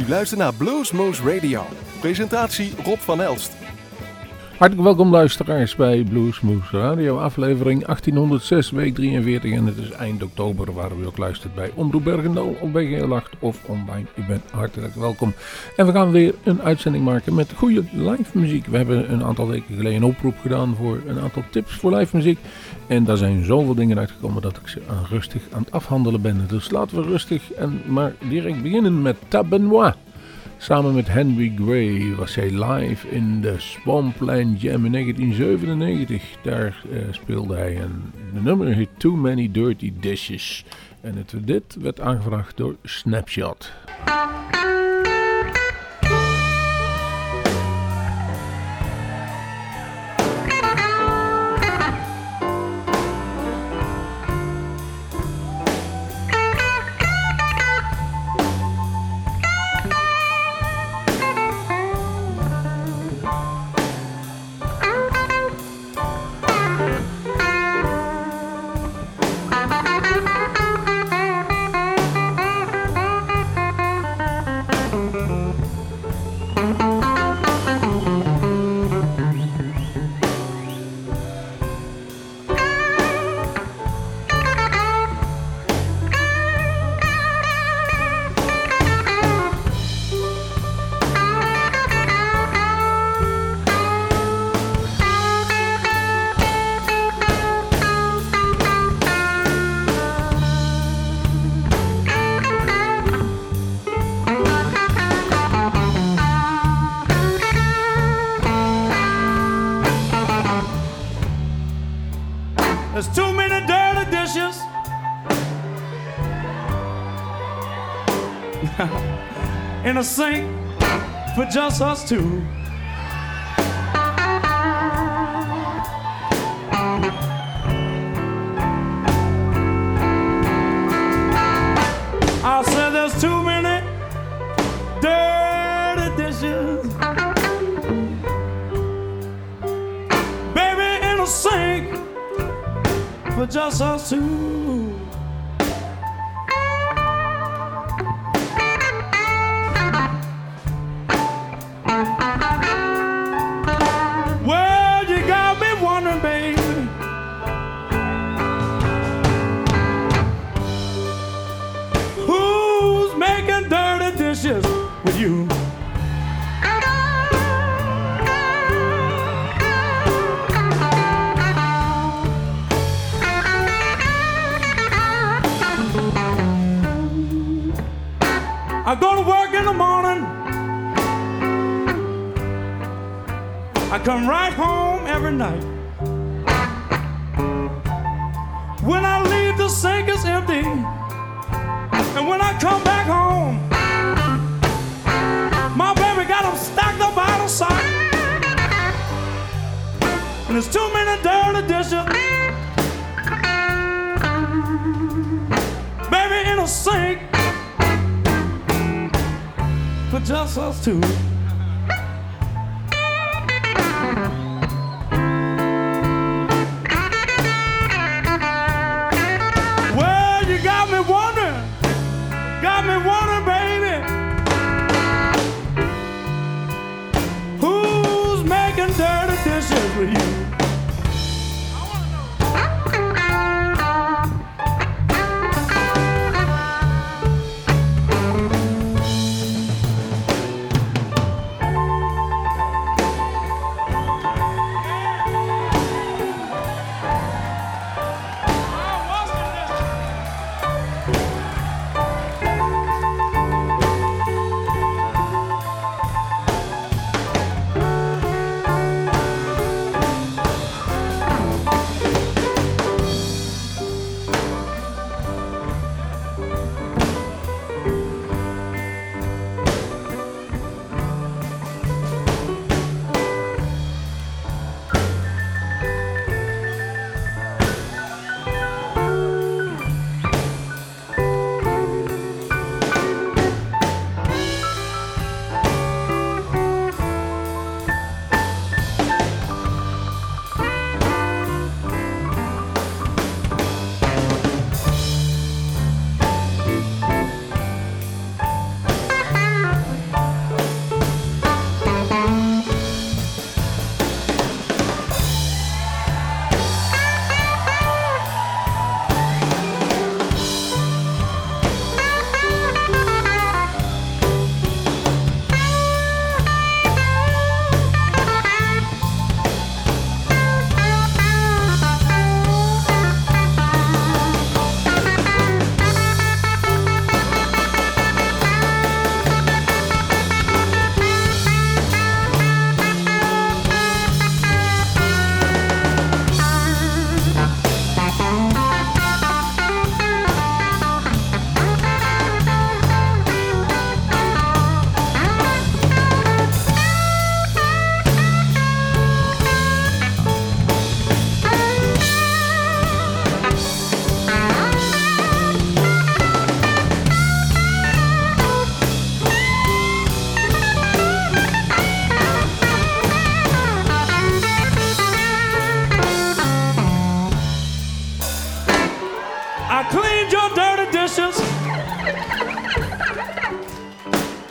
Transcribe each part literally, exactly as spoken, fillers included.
U luistert naar Bluesmoose Radio. Presentatie Rob van Elst. Hartelijk welkom luisteraars bij Bluesmoose Radio, aflevering achttienhonderdzes, week drieënveertig. En het is eind oktober, waar u ook luistert bij Omroep Bergendal op B G L acht of online. U bent hartelijk welkom. En we gaan weer een uitzending maken met goede live muziek. We hebben een aantal weken geleden een oproep gedaan voor een aantal tips voor live muziek. En daar zijn zoveel dingen uitgekomen dat ik ze aan rustig aan het afhandelen ben. Dus laten we rustig en maar direct beginnen met Tabenois. Samen met Henry Gray was hij live in de Swampland Jam in negentien zevenennegentig. Daar uh, speelde hij en de nummer heet Too Many Dirty Dishes. En het, dit werd aangevraagd door Snapshot. There's too many dirty dishes in a sink for just us two. I said there's too many dirty dishes, baby, in a sink for just us two. Well, you got me wondering, baby, who's making dirty dishes with you? I go to work in the morning, I come right home every night. When I leave, the sink is empty, and when I come back home, my baby got them stacked up out of sight. And there's too many dirty dishes, baby, in a sink for just us two. Well, you got me wondering, got me wondering, baby, who's making dirty dishes with you?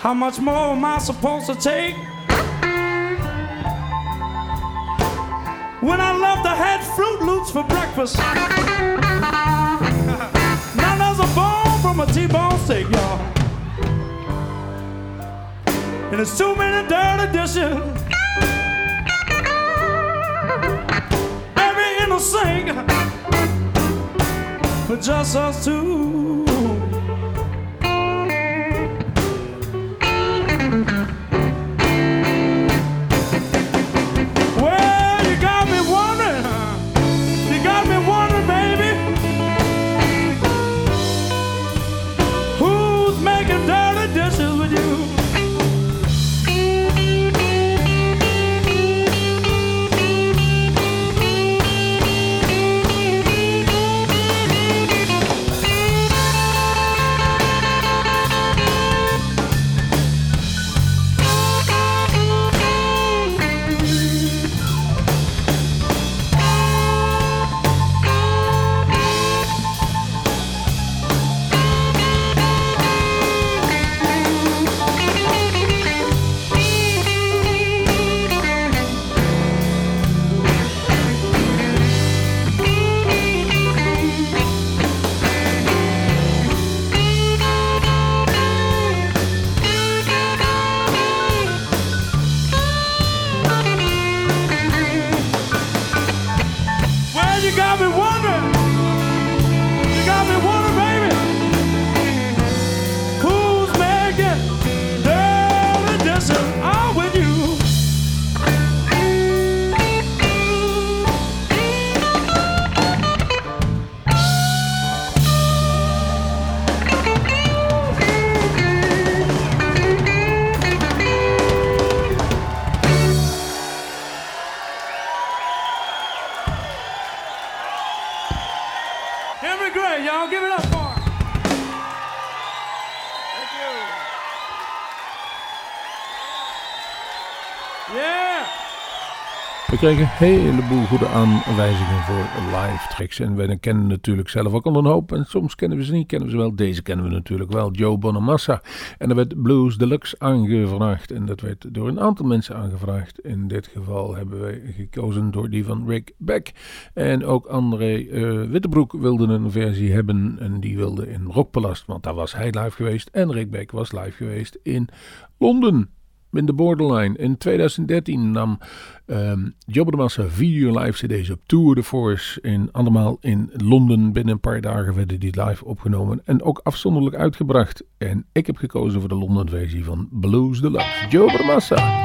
How much more am I supposed to take? When I left, I had Fruit Loops for breakfast. Now there's a bone from a T-bone steak, y'all. And there's too many dirty dishes. Baby in the sink for just us two. Well, you got me wondering, you got me wondering, baby, who's making dirty dishes with you? We kregen een heleboel goede aanwijzingen voor live tracks. En we kennen natuurlijk zelf ook al een hoop. En soms kennen we ze niet, kennen we ze wel. Deze kennen we natuurlijk wel, Joe Bonamassa. En er werd Blues Deluxe aangevraagd. En dat werd door een aantal mensen aangevraagd. In dit geval hebben wij gekozen door die van Rick Beck. En ook André uh, Wittebroek wilde een versie hebben. En die wilde in Rockpalast, want daar was hij live geweest. En Rick Beck was live geweest in Londen. In de Borderline. In twintig dertien nam um, Joe Bonamassa vier live cd's op Tour de Force. In, allemaal in Londen. Binnen een paar dagen werden die live opgenomen. En ook afzonderlijk uitgebracht. En ik heb gekozen voor de Londen versie van Blues Deluxe. Joe Bonamassa.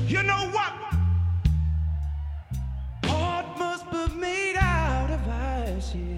You know what? Heart must be made out of ice, yeah.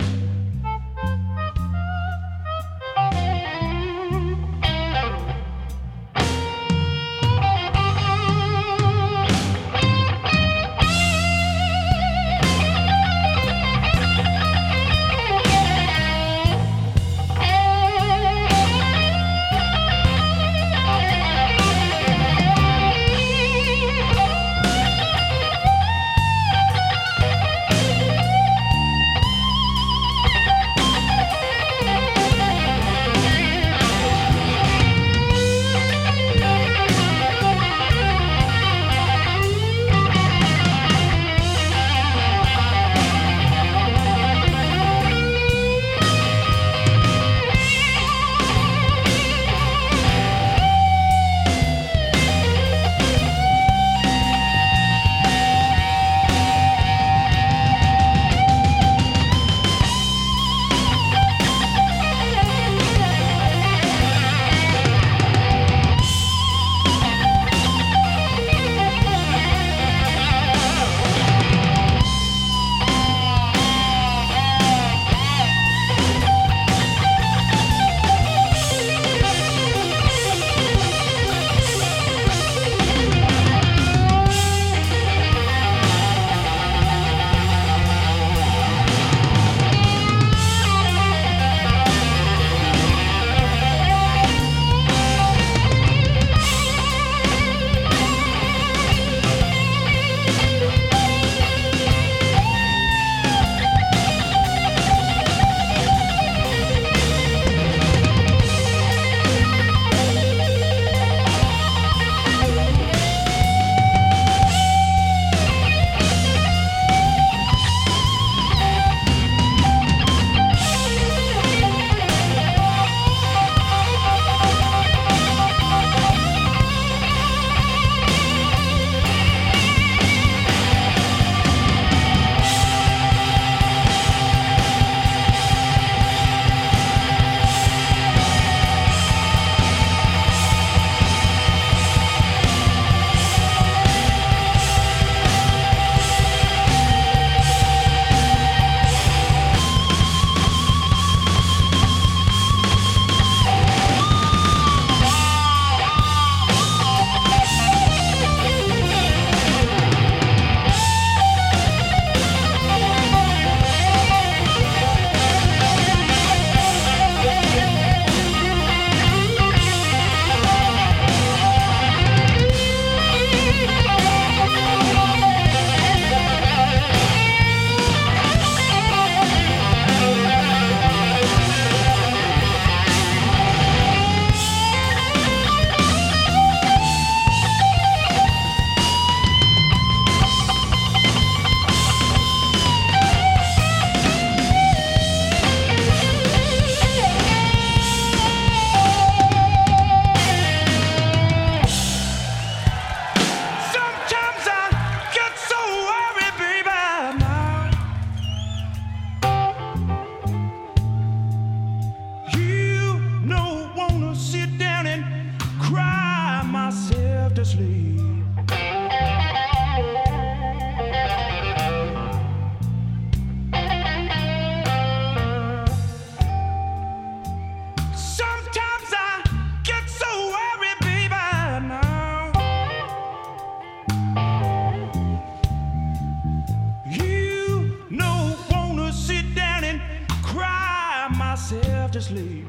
to sleep.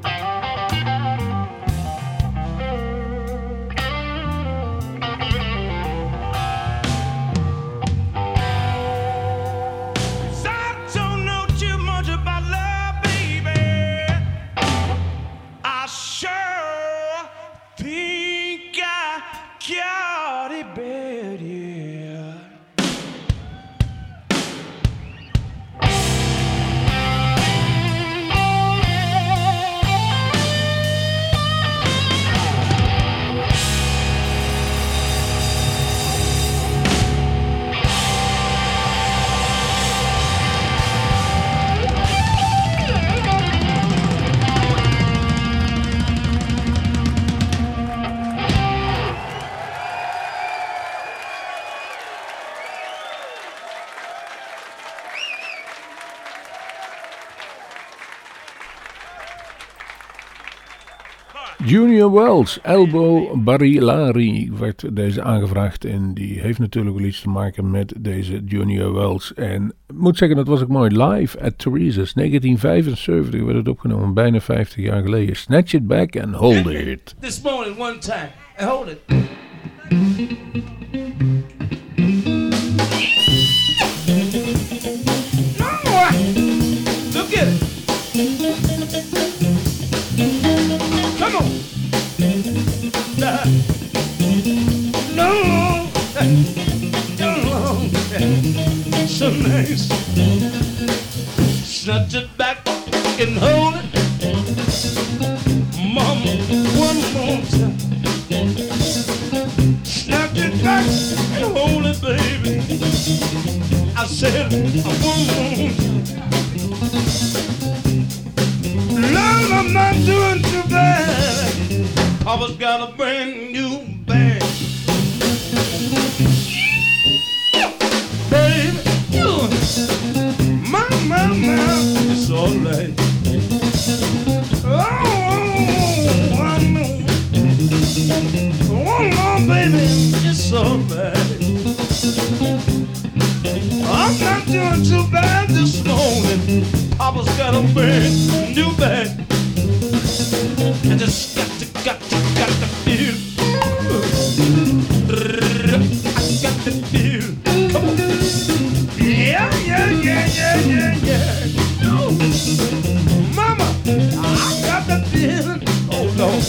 Junior Wells, Elbow Barilari werd deze aangevraagd en die heeft natuurlijk wel iets te maken met deze Junior Wells. En ik moet zeggen, dat was ook mooi. Live at Theresa's, negentien vijfenzeventig werd het opgenomen, bijna vijftig jaar geleden. Snatch it back and hold it. This morning one time, and hold it. No, look at it. Come on. No, no, so nice. Snatch it back and hold it, mama, one more time. Snatch it back and hold it, baby. I said one more time. Lord, I'm not doing too bad. Papa's got a brand new bag. Baby, you, my, my, my, it's alright. Oh, I know. Oh, no, baby, it's alright. I'm not doing too bad this morning. Papa's got a brand new bag. I just got to, got to, got to feel. I got to feel. Come on. Yeah, yeah, yeah, yeah, yeah, yeah. No. Mama, I got the feeling. Oh, Lord.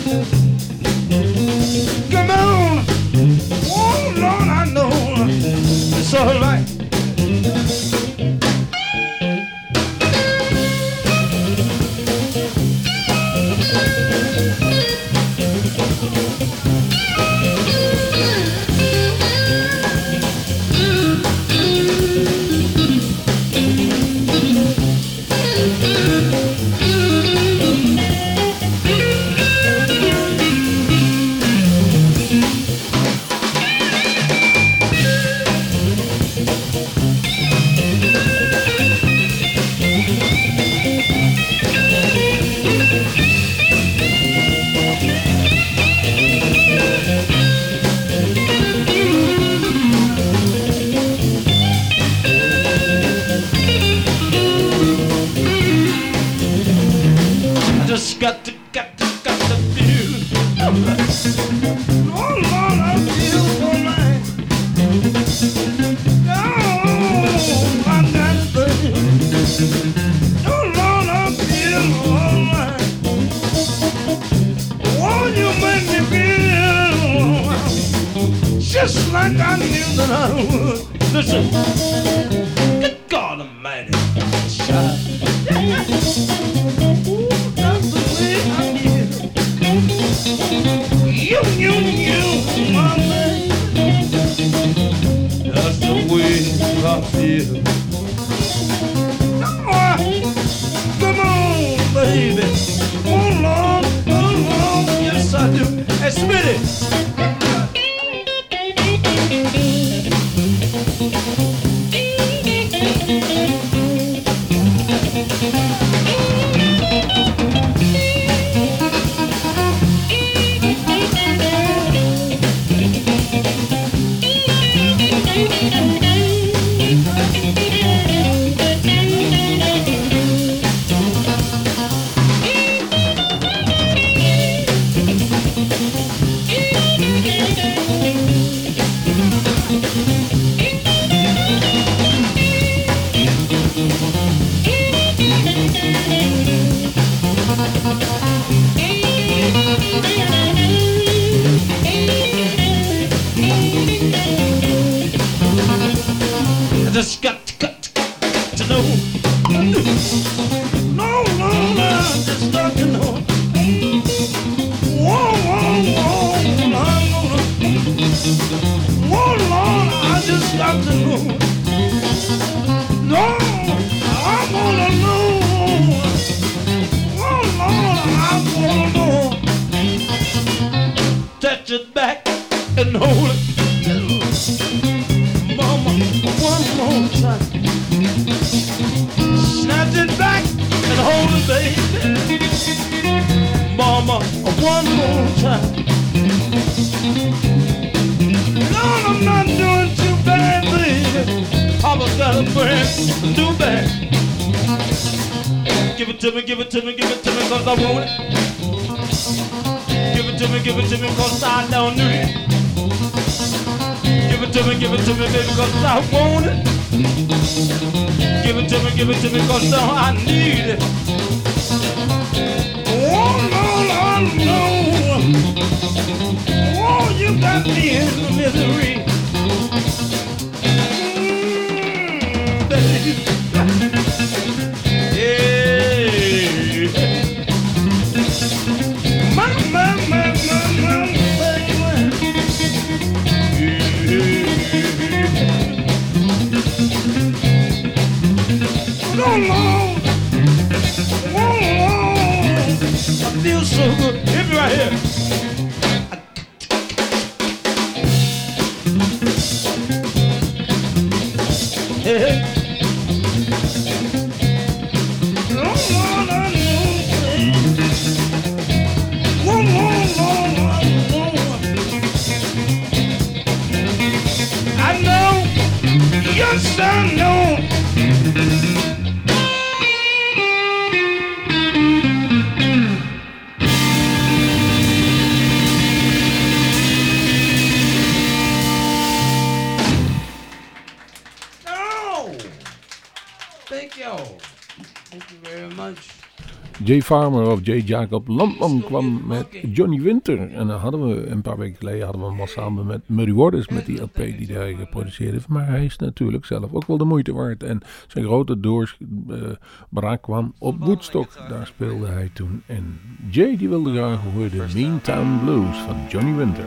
Come on. Oh, Lord, I know. It's all right. Got to, got to, got to feel. Oh, Lord, I feel so right. Oh, I got to feel. Oh, Lord, I feel all right. Oh, you make me feel just like I knew that I would. Listen, good God Almighty, child. You, you, you, my man. That's the way I feel. Oh, come on, baby. Oh, Lord, oh, Lord. Yes, I do. Hey, Smitty. Just got to, got to, got to know. No, no, no, just got to know. Whoa, whoa, whoa, I'm gonna. Whoa, Lord, I just got to know. No, I'm gonna know. Whoa, Lord, I'm gonna know. Touch it back and hold it. One more time. Snatch it back and hold it, baby. Mama, one more time. Lord, I'm not doing too bad, baby. Papa's got a brand new bag. Give it to me, give it to me, give it to me, cause I want it. Give it to me, give it to me, cause I don't need it. Give it to me, give it to me, baby, cause I want it. Give it to me, give it to me, cause I need it. Oh, no, no, no. Oh, you got me in misery. Mm, baby. Yeah. My, my, my, my, my, baby. Yeah. Go long. Go long. I feel so good. Hit me right here. Hey. No, no, no, no. No, no, no, no. I know. Yes, I know. Jay Farmer of J. Jacob Landman kwam met Johnny Winter. En dan hadden we een paar weken geleden hadden we hem al samen met Muddy Waters met die L P die hij geproduceerd heeft. Maar hij is natuurlijk zelf ook wel de moeite waard. En zijn grote doorbraak uh, kwam op Woodstock. Daar speelde hij toen. En Jay die wilde graag horen de Meantown Blues van Johnny Winter.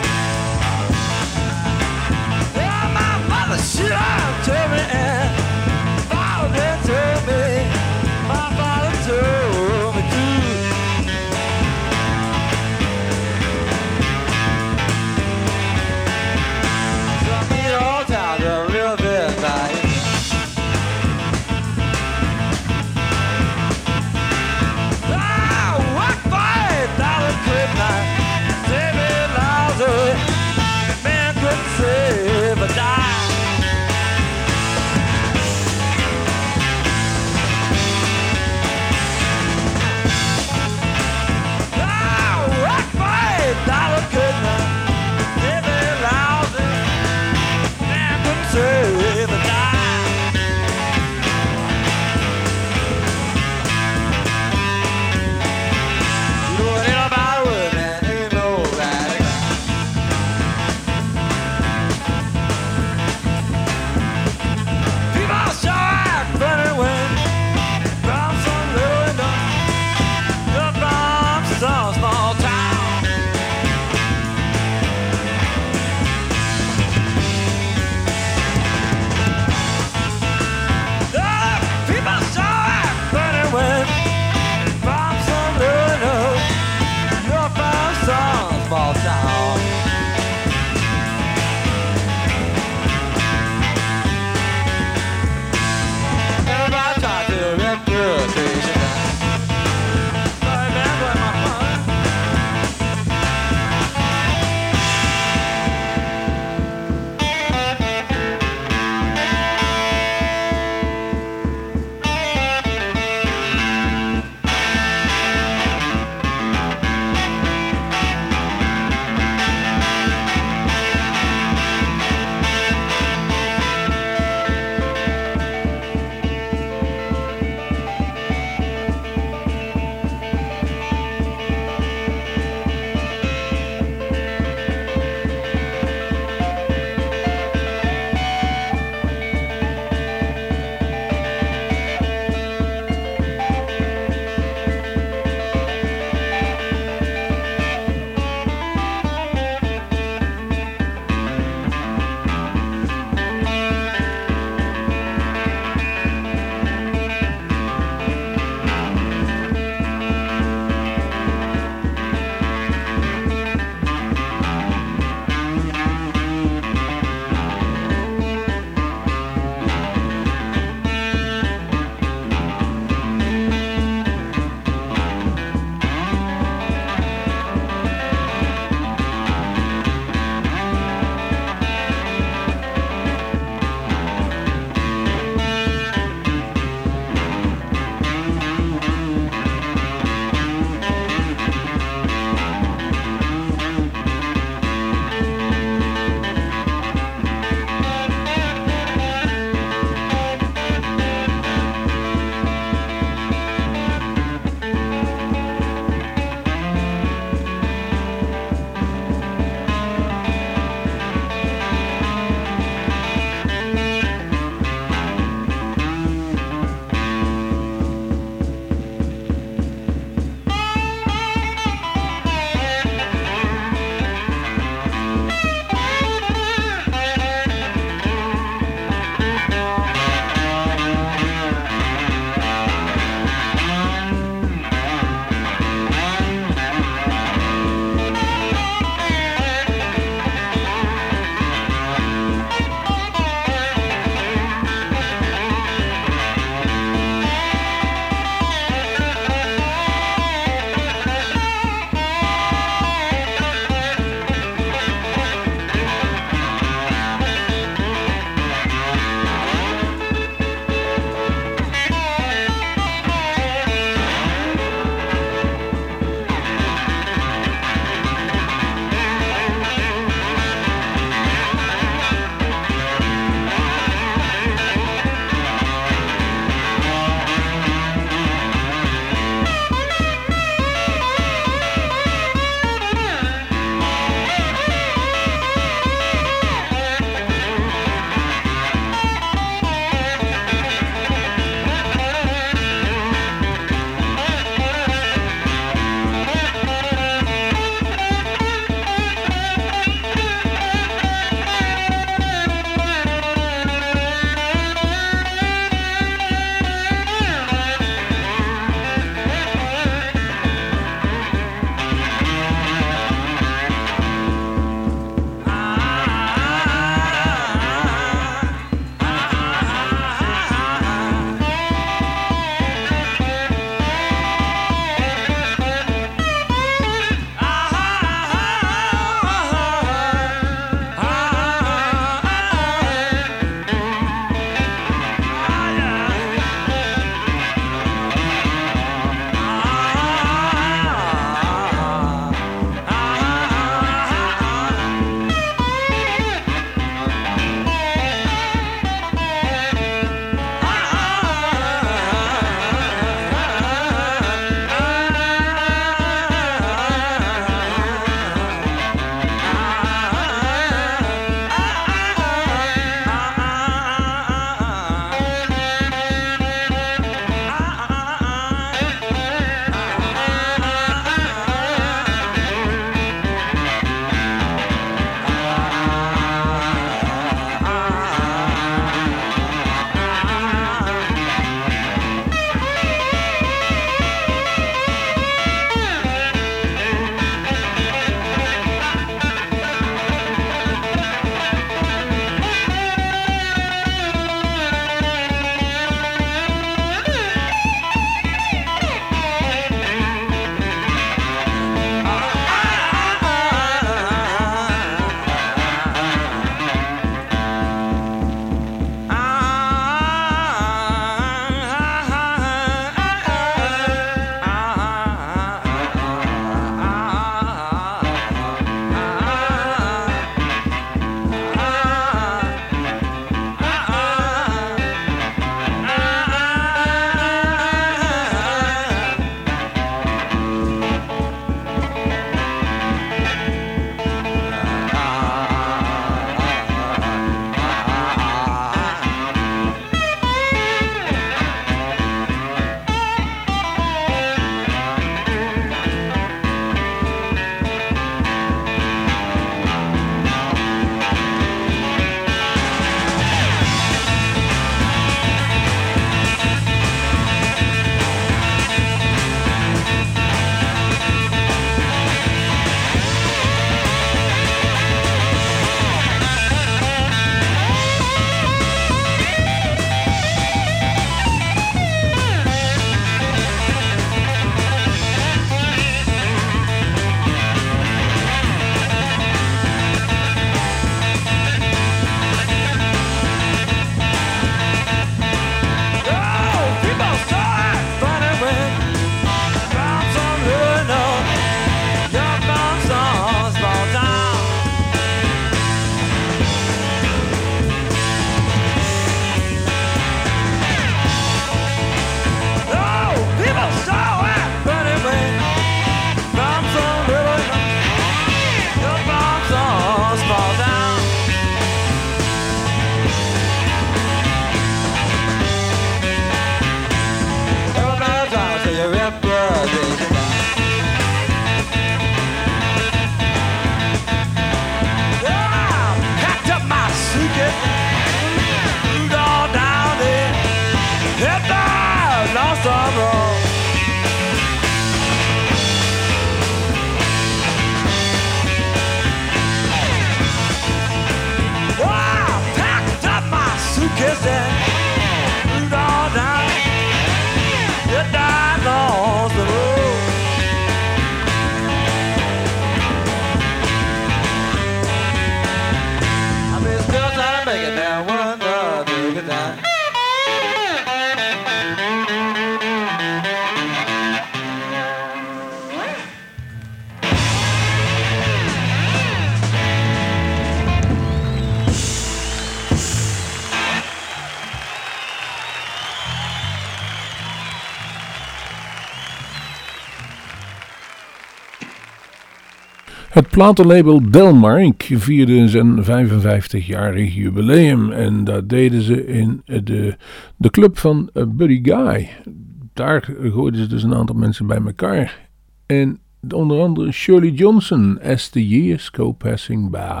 platenlabel Delmark vierde zijn vijfenvijftigjarig jubileum. En dat deden ze in de, de club van Buddy Guy. Daar gooiden ze dus een aantal mensen bij elkaar. En onder andere Shirley Johnson, As the Years Go Passing By.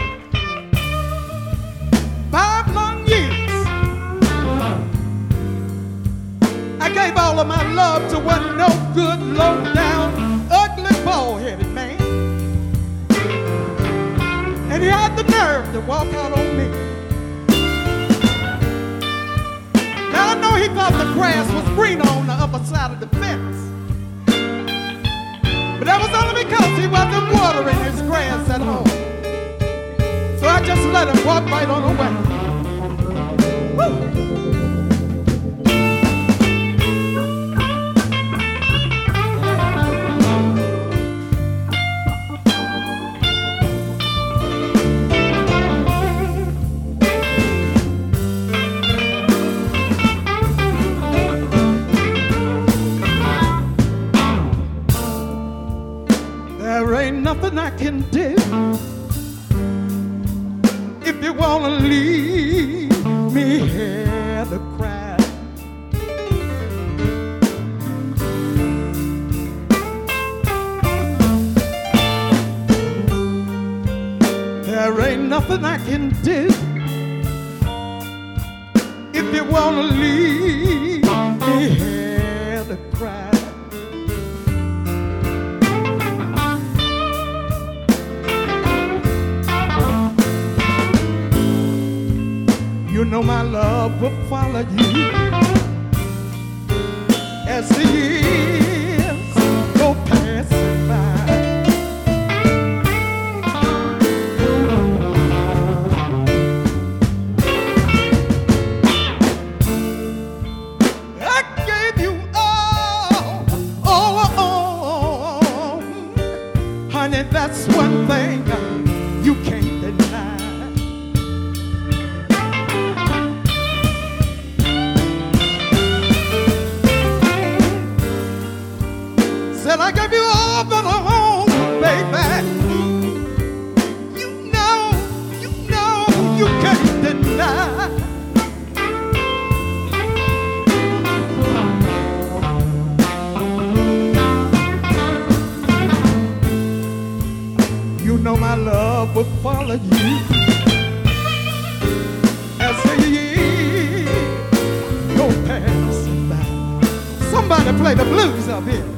Five long years I gave all of my love to one no good, low down, ugly, bald-headed man. And he had the nerve to walk out on me. Now I know he thought the grass was greener on the other side of the fence. But that was only because he wasn't watering his grass at home. So I just let him walk right on away. Woo! Nothing I can do if you wanna leave me here to cry. There ain't nothing I can do if you wanna leave me here to cry. You know my love will follow you as the years go passing by. I gave you all, all, all, honey, that's one thing you can't deny. I gave you all but a home, baby. You know, you know, you can't deny. You know my love will follow you as the years go passing by. Somebody play the blues up here.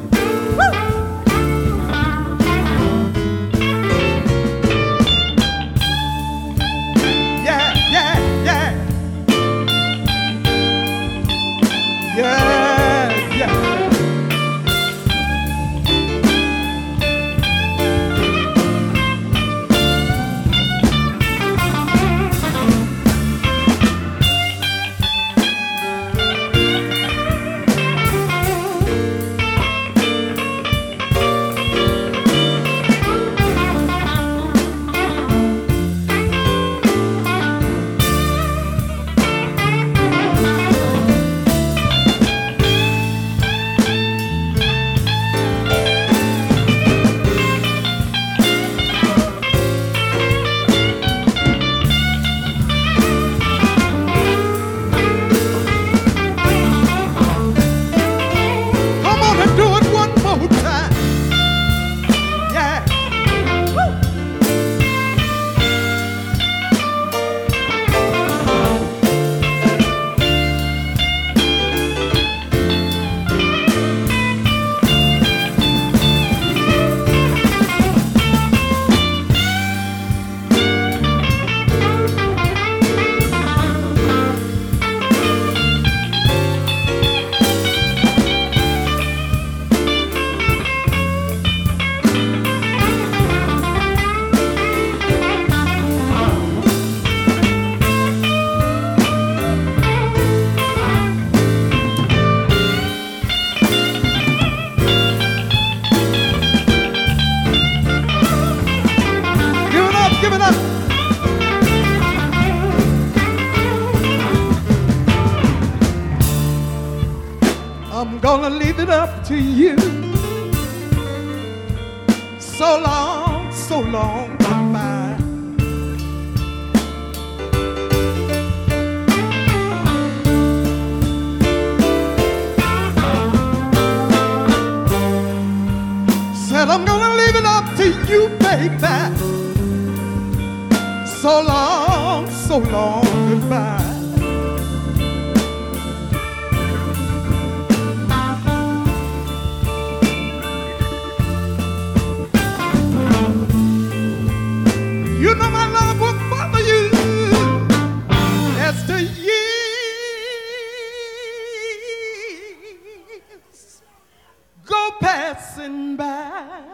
Gonna leave it up to you. So long, so long goodbye. Said I'm gonna leave it up to you, baby. So long, so long goodbye. You know my love will follow you as the years go passing by.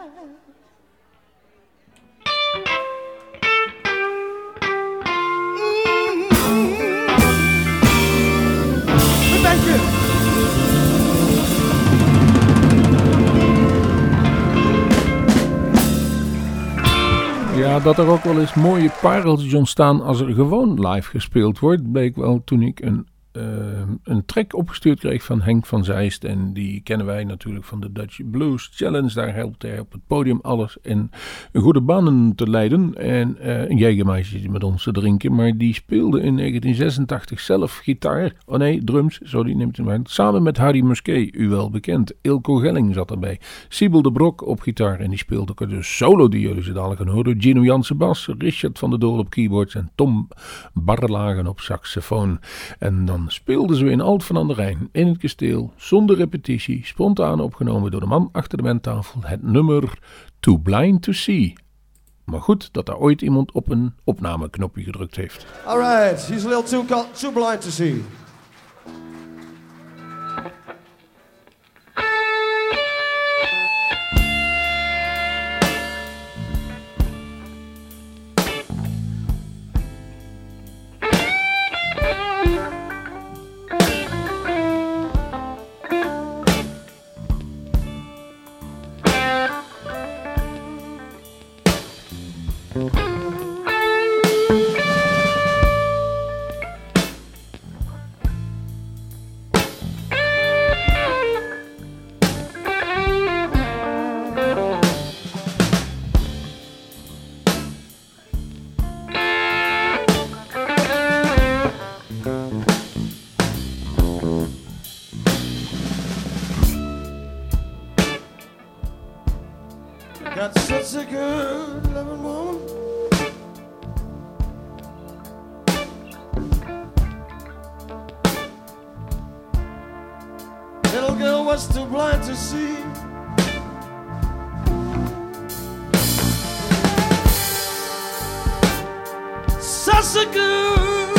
Ja, dat er ook wel eens mooie pareltjes ontstaan als er gewoon live gespeeld wordt, bleek wel toen ik een, uh, een track opgestuurd kreeg van Henk van Zeist. En die kennen wij natuurlijk van de Dutch Blues Challenge. Daar helpt hij op het podium alles in goede banen te leiden. En uh, een jegermeisje met ons te drinken. Maar die speelde in negentien zesentachtig zelf gitaar. Oh nee, drums, sorry, neemt u maar. Samen met Harry Musquet, u wel bekend. Ilko Gelling zat erbij. Siebel de Brok op gitaar. En die speelde ook de solo die jullie zo dadelijk gaan horen. Gino Jansen bas, Richard van der Doel op keyboards en Tom Barrelagen op saxofoon. En dan speelden ze in Alt van aan de Rijn, in het kasteel, zonder repetitie, spontaan opgenomen door de man achter de mengtafel, het nummer Too Blind to See. Maar goed dat daar ooit iemand op een opnameknopje gedrukt heeft. Alright, he's a little too, too blind to see. Got such a good loving woman. Little girl was too blind to see. Such a good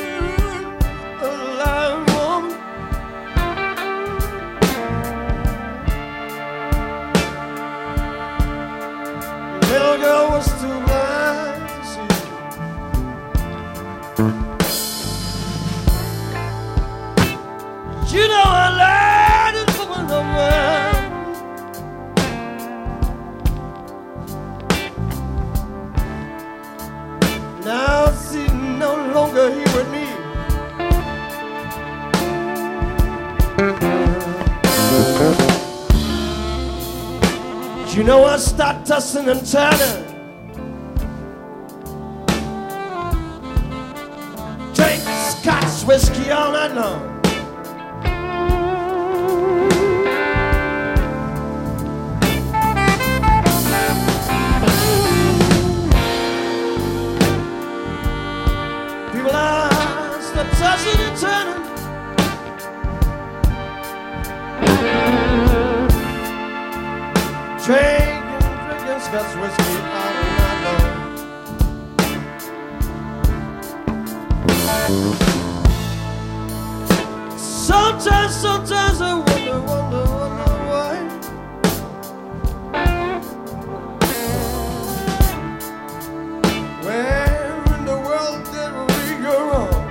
loving woman. Little girl was too blind to see. You know I lied and woman of mine. Now she's no longer here with me. You know I start tossing and turning. Drink Scotch whiskey all night long. People are start tossing and turning. Drinking, drinking Scotch whiskey all night long. Sometimes, sometimes I wonder, wonder, wonder why. Where in the world did we go wrong?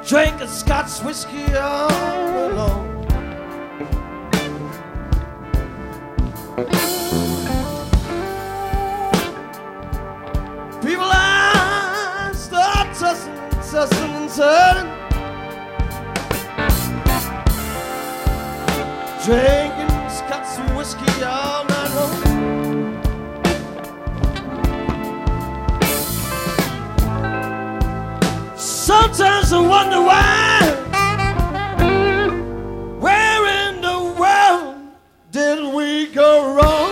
drinking Scotch whiskey all alone. People I start tussling, tussling and turning, drinking Scotch whiskey all night long. Sometimes I wonder why. Where in the world did we go wrong?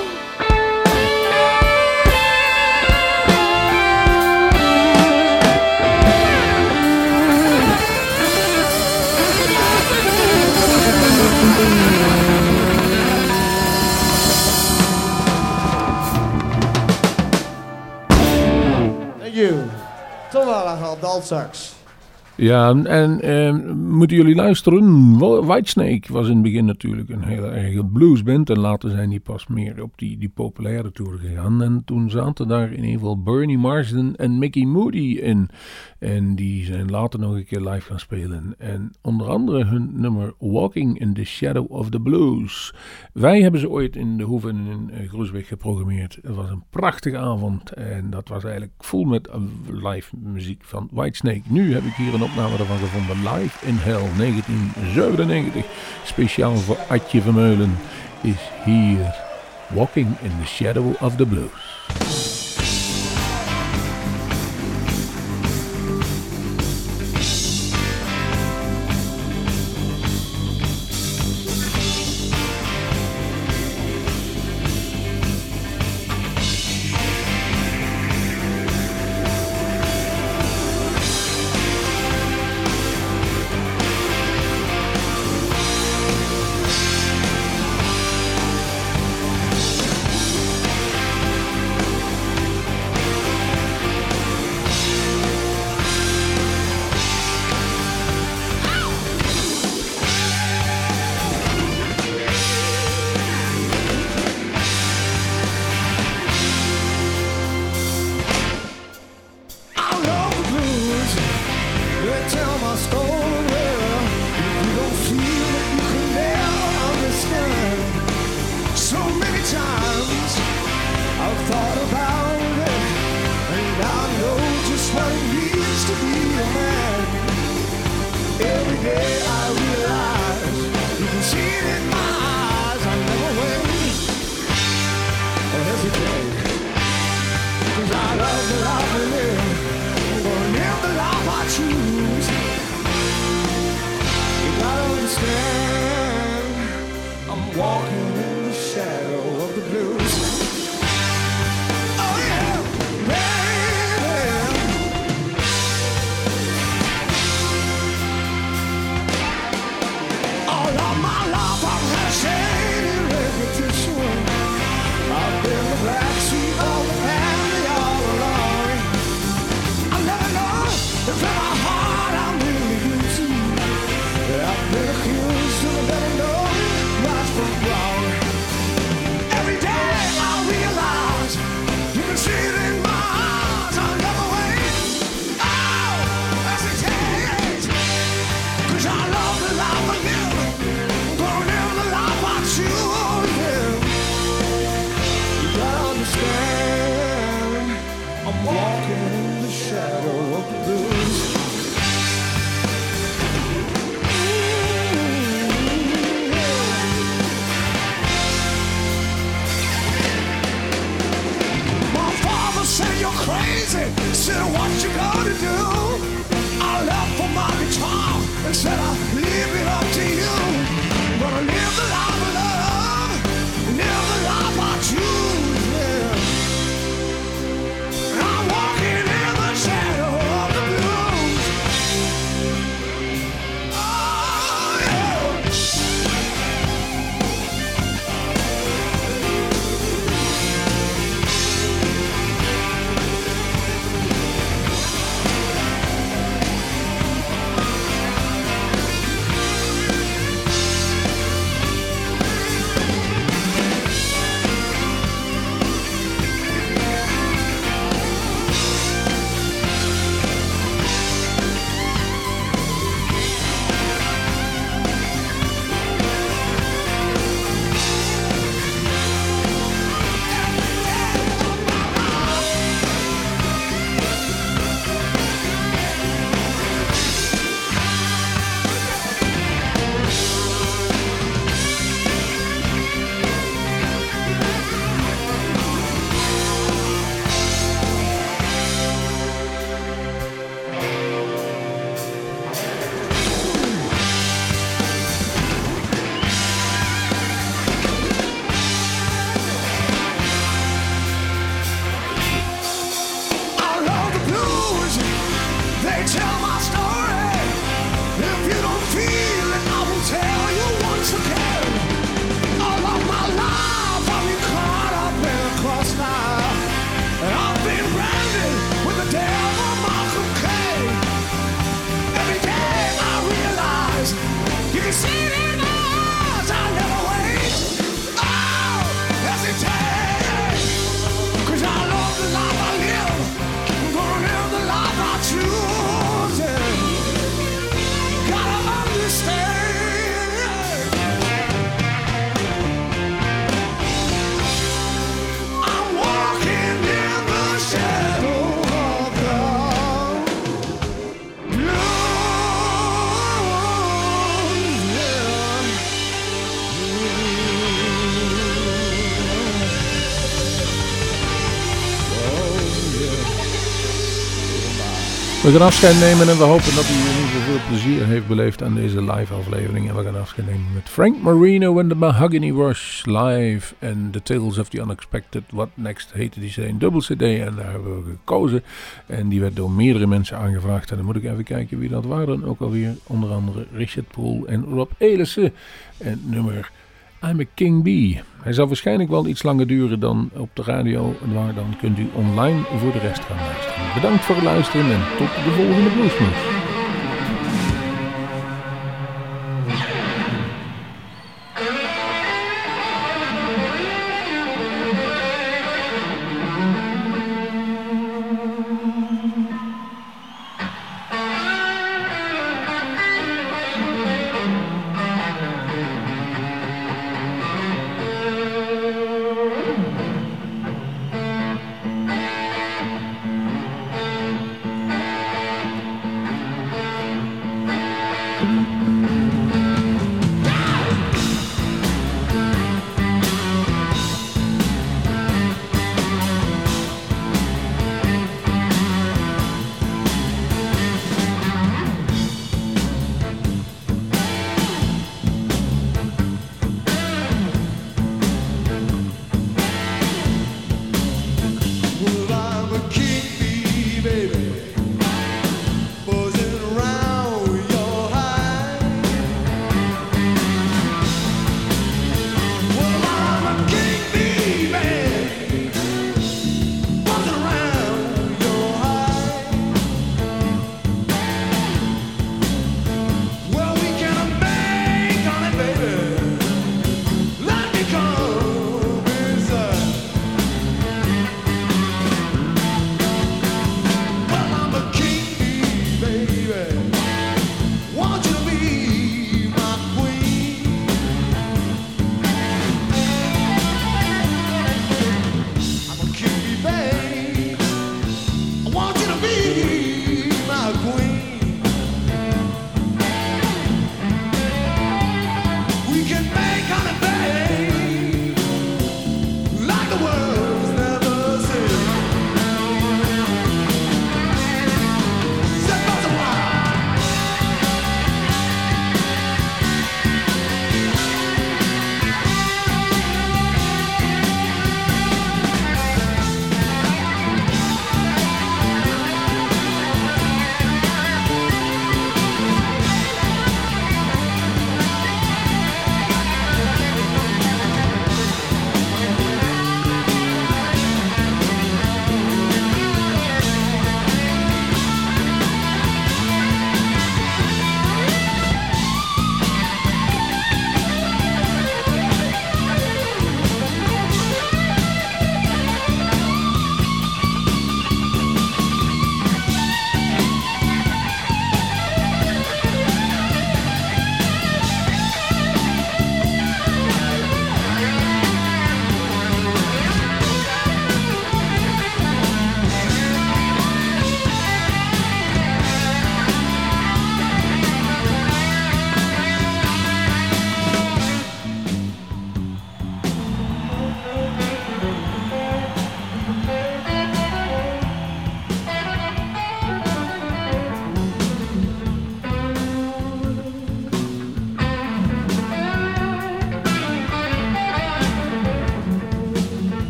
Thank you. Toch wel een adult sax. Ja, en eh, moeten jullie luisteren. Whitesnake was in het begin natuurlijk een hele erge bluesband. En later zijn die pas meer op die, die populaire tour gegaan. En toen zaten daar in ieder geval Bernie Marsden en Mickey Moody in. En die zijn later nog een keer live gaan spelen. En onder andere hun nummer Walking in the Shadow of the Blues. Wij hebben ze ooit in de Hoeve in Groesbeek geprogrammeerd. Het was een prachtige avond. En dat was eigenlijk vol met live muziek van Whitesnake. Nu heb ik hier een opname ervan gevonden. Live in Hell negentien zevenennegentig. Speciaal voor Adje Vermeulen is hier Walking in the Shadow of the Blues. We gaan afscheid nemen en we hopen dat u in ieder geval veel plezier heeft beleefd aan deze live aflevering. En we gaan afscheid nemen met Frank Marino en de Mahogany Rush live en The Tales of the Unexpected. What Next heette die C D, een dubbel C D en daar hebben we gekozen. En die werd door meerdere mensen aangevraagd. En dan moet ik even kijken wie dat waren. Ook alweer onder andere Richard Poel en Rob Elissen. En nummer I'm a King Bee. Hij zal waarschijnlijk wel iets langer duren dan op de radio, maar dan kunt u online voor de rest gaan luisteren. Bedankt voor het luisteren en tot de volgende Bluesmoes. Baby, buzzing around your high.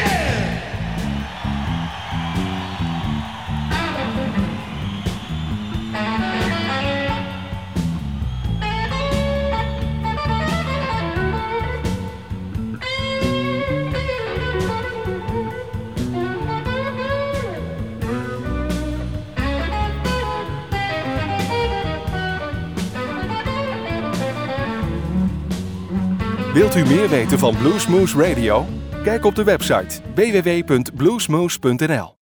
Wilt u meer weten van Bluesmoose Radio? Kijk op de website w w w punt bluesmoose punt n l.